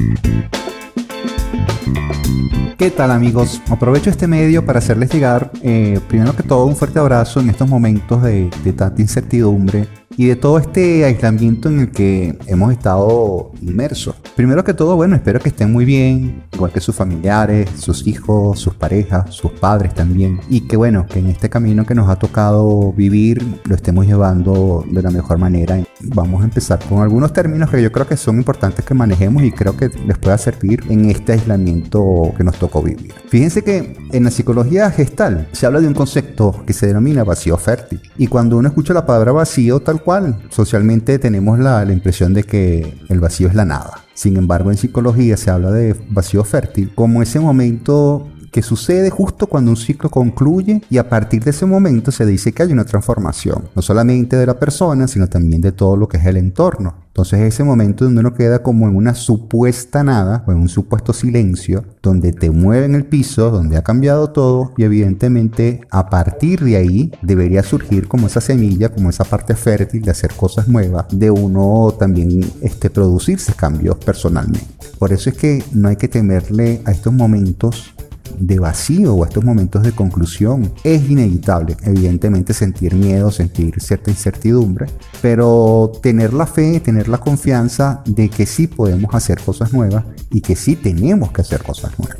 ¿Qué tal, amigos? Aprovecho este medio para hacerles llegar, primero que todo, un fuerte abrazo en estos momentos de tanta incertidumbre y de todo este aislamiento en el que hemos estado inmersos. Primero que todo, bueno, espero que estén muy bien, igual que sus familiares, sus hijos, sus parejas, sus padres también. Y que bueno, que en este camino que nos ha tocado vivir lo estemos llevando de la mejor manera. Vamos a empezar con algunos términos que yo creo que son importantes que manejemos y creo que les pueda servir en este aislamiento que nos tocó vivir. Fíjense que en la psicología gestal se habla de un concepto que se denomina vacío fértil. Y cuando uno escucha la palabra vacío, tal cual, socialmente tenemos la impresión de que el vacío es la nada. Sin embargo, en psicología se habla de vacío fértil como ese momento que sucede justo cuando un ciclo concluye y a partir de ese momento se dice que hay una transformación, no solamente de la persona, sino también de todo lo que es el entorno. Entonces es ese momento donde uno queda como en una supuesta nada o en un supuesto silencio, donde te mueven el piso, donde ha cambiado todo y evidentemente a partir de ahí debería surgir como esa semilla, como esa parte fértil de hacer cosas nuevas, de uno también producirse cambios personalmente. Por eso es que no hay que temerle a estos momentos de vacío o a estos momentos de conclusión. Es inevitable, evidentemente, sentir miedo, sentir cierta incertidumbre, pero tener la fe, tener la confianza de que sí podemos hacer cosas nuevas y que sí tenemos que hacer cosas nuevas.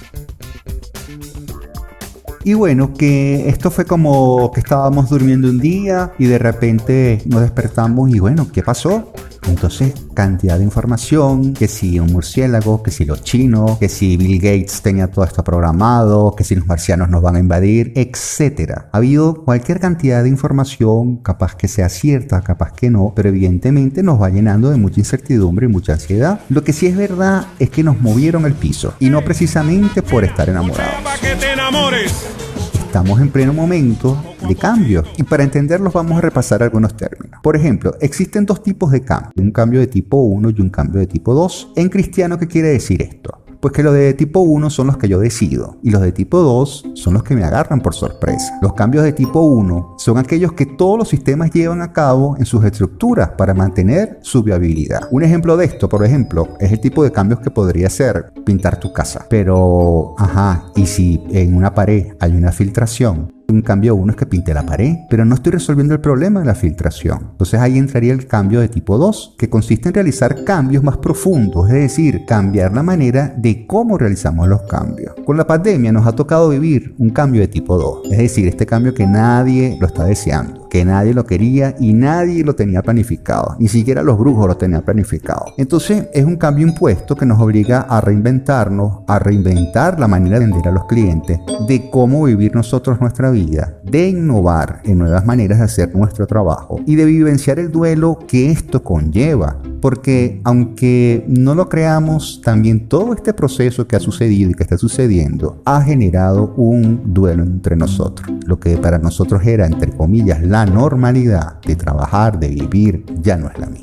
Y bueno, que esto fue como que estábamos durmiendo un día y de repente nos despertamos y bueno, ¿qué pasó? Entonces, cantidad de información, que si un murciélago, que si los chinos, que si Bill Gates tenía todo esto programado, que si los marcianos nos van a invadir, etc. Ha habido cualquier cantidad de información, capaz que sea cierta, capaz que no, pero evidentemente nos va llenando de mucha incertidumbre y mucha ansiedad. Lo que sí es verdad es que nos movieron el piso, y no precisamente por estar enamorados. Estamos en pleno momento de cambio y para entenderlos vamos a repasar algunos términos. Por ejemplo, existen dos tipos de cambio, un cambio de tipo 1 y un cambio de tipo 2. En cristiano, ¿qué quiere decir esto? Pues que los de tipo 1 son los que yo decido y los de tipo 2 son los que me agarran por sorpresa. Los cambios de tipo 1 son aquellos que todos los sistemas llevan a cabo en sus estructuras para mantener su viabilidad. Un ejemplo de esto, por ejemplo, es el tipo de cambios que podría ser pintar tu casa. Pero, ¿y si en una pared hay una filtración? Un cambio 1 es que pinte la pared, pero no estoy resolviendo el problema de la filtración. Entonces ahí entraría el cambio de tipo 2, que consiste en realizar cambios más profundos, es decir, cambiar la manera de cómo realizamos los cambios. Con la pandemia nos ha tocado vivir un cambio de tipo 2, es decir, este cambio que nadie lo está deseando, que nadie lo quería y nadie lo tenía planificado, ni siquiera los brujos lo tenían planificado. Entonces es un cambio impuesto que nos obliga a reinventarnos, a reinventar la manera de atender a los clientes, de cómo vivir nosotros nuestra vida, de innovar en nuevas maneras de hacer nuestro trabajo y de vivenciar el duelo que esto conlleva. Porque aunque no lo creamos, también todo este proceso que ha sucedido y que está sucediendo ha generado un duelo entre nosotros. Lo que para nosotros era, entre comillas, la normalidad de trabajar, de vivir, ya no es la misma.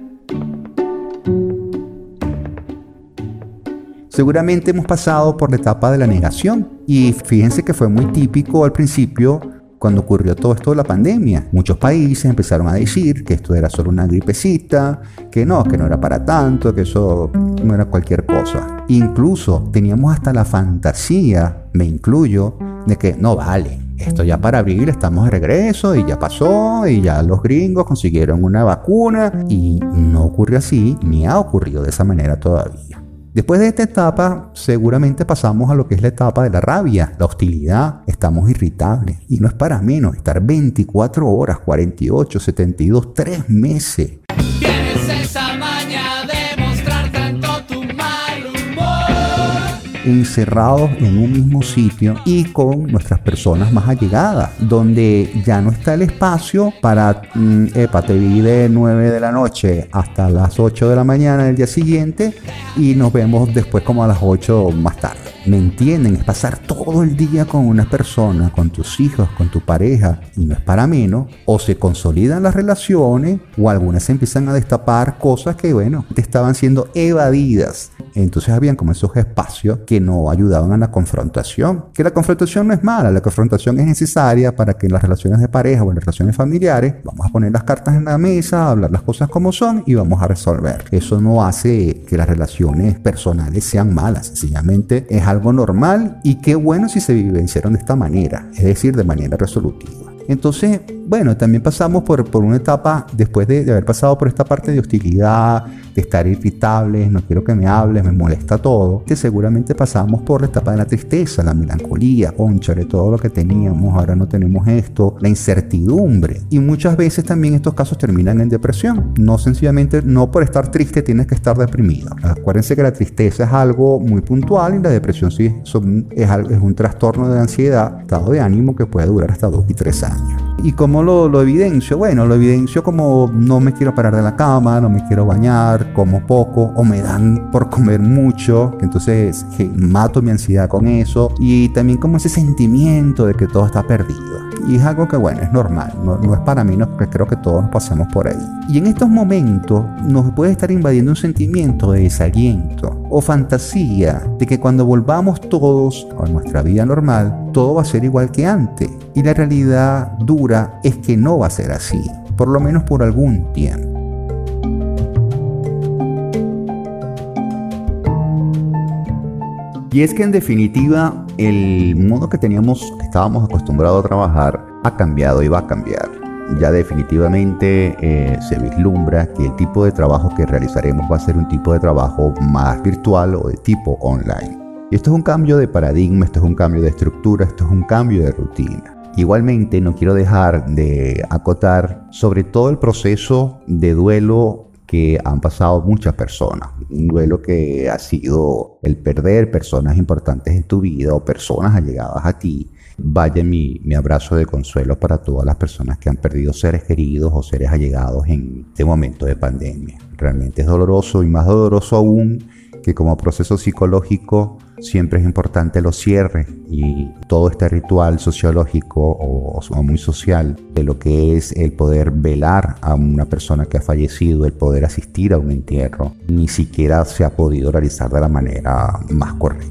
Seguramente hemos pasado por la etapa de la negación y fíjense que fue muy típico al principio cuando ocurrió todo esto de la pandemia. Muchos países empezaron a decir que esto era solo una gripecita, que no era para tanto, que eso no era cualquier cosa. Incluso teníamos hasta la fantasía, me incluyo, de que no vale. Esto ya para abril estamos de regreso y ya pasó y ya los gringos consiguieron una vacuna y no ocurrió así ni ha ocurrido de esa manera todavía. Después de esta etapa, seguramente pasamos a lo que es la etapa de la rabia, la hostilidad. Estamos irritables y no es para menos estar 24 horas, 48, 72, 3 meses. Tienes esa maña de mostrar tanto tu mal humor. Encerrados en un mismo sitio y con nuestras personas más allegadas, donde ya no está el espacio para, te vi de 9 de la noche hasta las 8 de la mañana del día siguiente y nos vemos después como a las 8 más tarde. me entienden, es pasar todo el día con una persona, con tus hijos, con tu pareja, y no es para menos, o se consolidan las relaciones, o algunas se empiezan a destapar cosas que, bueno, te estaban siendo evadidas. Entonces habían como esos espacios que no ayudaban a la confrontación. Que la confrontación no es mala, la confrontación es necesaria para que en las relaciones de pareja o en las relaciones familiares vamos a poner las cartas en la mesa, hablar las cosas como son y vamos a resolver. Eso no hace que las relaciones personales sean malas, sencillamente es algo normal y qué bueno si se vivenciaron de esta manera, es decir, de manera resolutiva. Entonces, bueno, también pasamos por una etapa, después de haber pasado por esta parte de hostilidad, de estar irritables, no quiero que me hables, me molesta todo, que seguramente pasamos por la etapa de la tristeza, la melancolía, cónchale, todo lo que teníamos, ahora no tenemos esto, la incertidumbre. Y muchas veces también estos casos terminan en depresión. No sencillamente, no por estar triste tienes que estar deprimido. Acuérdense que la tristeza es algo muy puntual y la depresión sí es un trastorno de ansiedad, estado de ánimo que puede durar hasta 2 y 3 años. ¿Y cómo lo evidencio? Bueno, lo evidencio como no me quiero parar de la cama, no me quiero bañar, como poco o me dan por comer mucho, entonces mato mi ansiedad con eso, y también como ese sentimiento de que todo está perdido. Y es algo que, bueno, es normal, no es para mí, que creo que todos nos pasamos por ahí. Y en estos momentos nos puede estar invadiendo un sentimiento de desaliento o fantasía de que cuando volvamos todos a nuestra vida normal, todo va a ser igual que antes. Y la realidad dura es que no va a ser así, por lo menos por algún tiempo. Y es que en definitiva el modo que estábamos acostumbrados a trabajar ha cambiado y va a cambiar. Ya definitivamente se vislumbra que el tipo de trabajo que realizaremos va a ser un tipo de trabajo más virtual o de tipo online. Y esto es un cambio de paradigma, esto es un cambio de estructura, esto es un cambio de rutina. Igualmente no quiero dejar de acotar sobre todo el proceso de duelo que han pasado muchas personas. Un duelo que ha sido el perder personas importantes en tu vida o personas allegadas a ti. Vaya mi abrazo de consuelo para todas las personas que han perdido seres queridos o seres allegados en este momento de pandemia. Realmente es doloroso y más doloroso aún que como proceso psicológico siempre es importante los cierres y todo este ritual sociológico o muy social de lo que es el poder velar a una persona que ha fallecido, el poder asistir a un entierro, ni siquiera se ha podido realizar de la manera más correcta.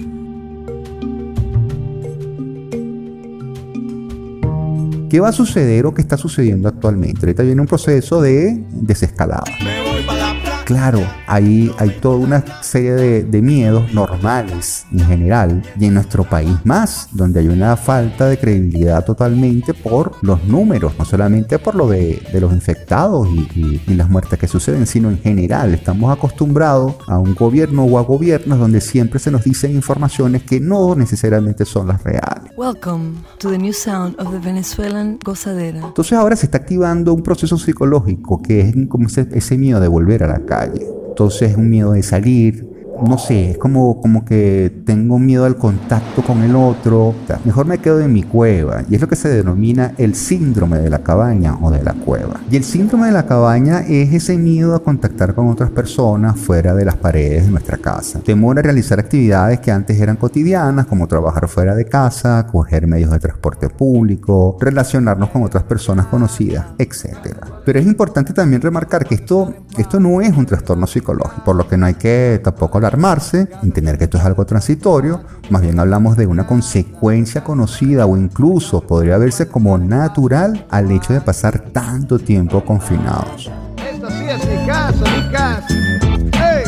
¿Qué va a suceder o qué está sucediendo actualmente? Ahorita viene un proceso de desescalada. Claro, hay toda una serie de miedos normales en general y en nuestro país más, donde hay una falta de credibilidad totalmente por los números, no solamente por lo de los infectados y las muertes que suceden, sino en general. Estamos acostumbrados a un gobierno o a gobiernos donde siempre se nos dicen informaciones que no necesariamente son las reales. Welcome to the new sound of the Venezuelan gozadera. Entonces ahora se está activando un proceso psicológico que es como ese miedo de volver a la calle. Entonces es un miedo de salir, no sé, es como que tengo miedo al contacto con el otro, o sea, mejor me quedo en mi cueva, y es lo que se denomina el síndrome de la cabaña o de la cueva. Y el síndrome de la cabaña es ese miedo a contactar con otras personas fuera de las paredes de nuestra casa. Temor a realizar actividades que antes eran cotidianas, como trabajar fuera de casa, coger medios de transporte público, relacionarnos con otras personas conocidas, etc. Pero es importante también remarcar que esto no es un trastorno psicológico, por lo que no hay que tampoco alarmarse, entender que esto es algo transitorio. Más bien hablamos de una consecuencia conocida o incluso podría verse como natural al hecho de pasar tanto tiempo confinados. Esto sí es mi caso, mi caso. ¡Hey!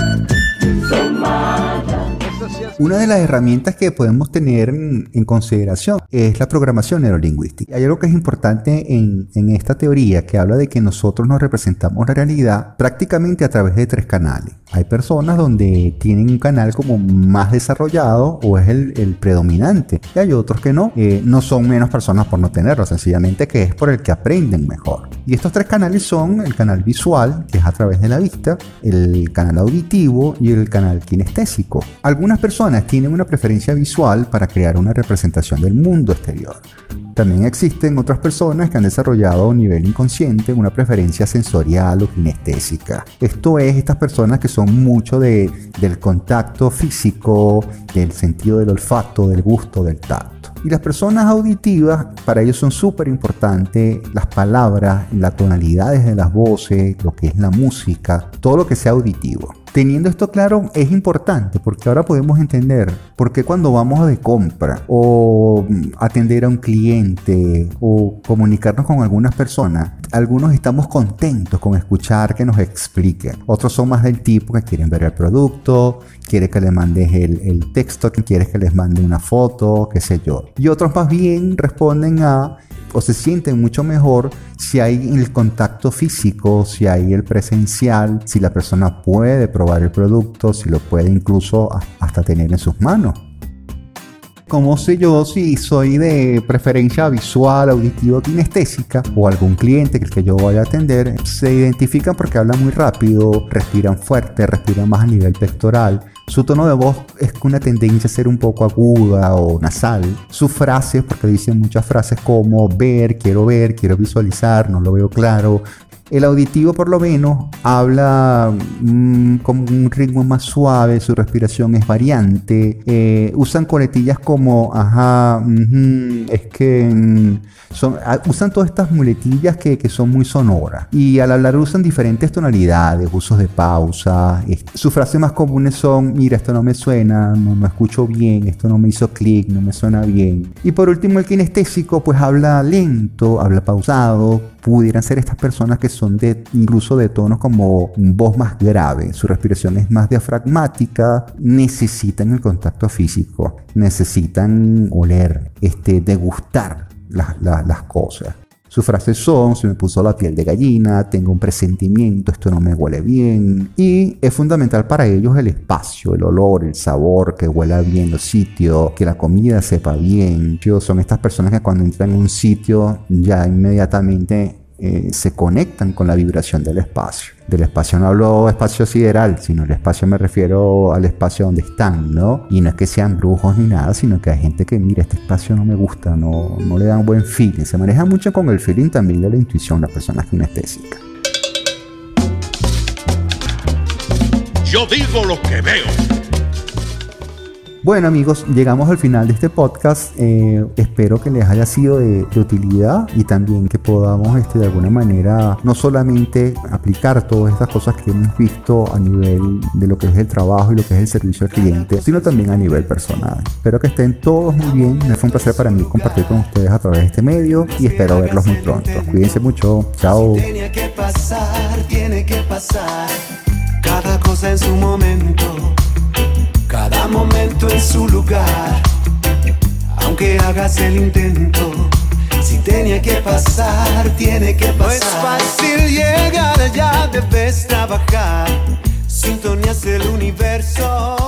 Una de las herramientas que podemos tener en consideración es la programación neurolingüística. Hay algo que es importante en esta teoría que habla de que nosotros nos representamos la realidad prácticamente a través de 3 canales. Hay personas donde tienen un canal como más desarrollado o es el predominante, y hay otros que no. No son menos personas por no tenerlo, sencillamente que es por el que aprenden mejor. Y estos 3 canales son el canal visual, que es a través de la vista, el canal auditivo y el canal kinestésico. Algunas personas tienen una preferencia visual para crear una representación del mundo exterior. También existen otras personas que han desarrollado a un nivel inconsciente una preferencia sensorial o kinestésica. Esto es, estas personas que son mucho del contacto físico, del sentido del olfato, del gusto, del tacto. Y las personas auditivas, para ellos son súper importantes las palabras, las tonalidades de las voces, lo que es la música, todo lo que sea auditivo. Teniendo esto claro es importante porque ahora podemos entender por qué cuando vamos de compra o atender a un cliente o comunicarnos con algunas personas, algunos estamos contentos con escuchar que nos expliquen. Otros son más del tipo que quieren ver el producto, quiere que le mandes el texto, que quieres que les mande una foto, qué sé yo. Y otros más bien responden o se sienten mucho mejor si hay el contacto físico, si hay el presencial, si la persona puede probar el producto, si lo puede incluso hasta tener en sus manos. ¿Cómo sé yo si soy de preferencia visual, auditiva o kinestésica? O algún cliente que el que yo vaya a atender se identifican porque hablan muy rápido, respiran fuerte, respiran más a nivel pectoral. Su tono de voz es una tendencia a ser un poco aguda o nasal. Sus frases, porque dicen muchas frases como ver, quiero visualizar, no lo veo claro. El auditivo por lo menos habla con un ritmo más suave, su respiración es variante, usan coletillas como ajá, es que usan todas estas muletillas que son muy sonoras y al hablar usan diferentes tonalidades, usos de pausa. Sus frases más comunes son mira, esto no me suena, no escucho bien, esto no me hizo clic, no me suena bien. Y por último el kinestésico pues habla lento, habla pausado. Pudieran ser estas personas que son incluso de tonos como voz más grave, su respiración es más diafragmática, necesitan el contacto físico, necesitan oler, degustar las cosas. Sus frases son, se me puso la piel de gallina, tengo un presentimiento, esto no me huele bien. Y es fundamental para ellos el espacio, el olor, el sabor, que huela bien los sitios, que la comida sepa bien. Son estas personas que cuando entran en un sitio ya inmediatamente se conectan con la vibración del espacio. Del espacio no hablo espacio sideral, sino el espacio me refiero al espacio donde están, ¿no? Y no es que sean brujos ni nada, sino que hay gente que mira, este espacio no me gusta, no le dan buen feeling. Se maneja mucho con el feeling también de la intuición, las personas kinestésicas. Yo digo lo que veo. Bueno amigos, llegamos al final de este podcast. Espero que les haya sido de utilidad y también que podamos de alguna manera no solamente aplicar todas estas cosas que hemos visto a nivel de lo que es el trabajo y lo que es el servicio al cliente, sino también a nivel personal. Espero que estén todos muy bien. Fue un placer para mí compartir con ustedes a través de este medio y espero verlos muy pronto. Cuídense mucho. Chao. Tiene que pasar cada cosa en su momento. Cada momento en su lugar, aunque hagas el intento, si tenía que pasar, tiene que pasar. No es fácil llegar allá, debes trabajar, sintonías del universo.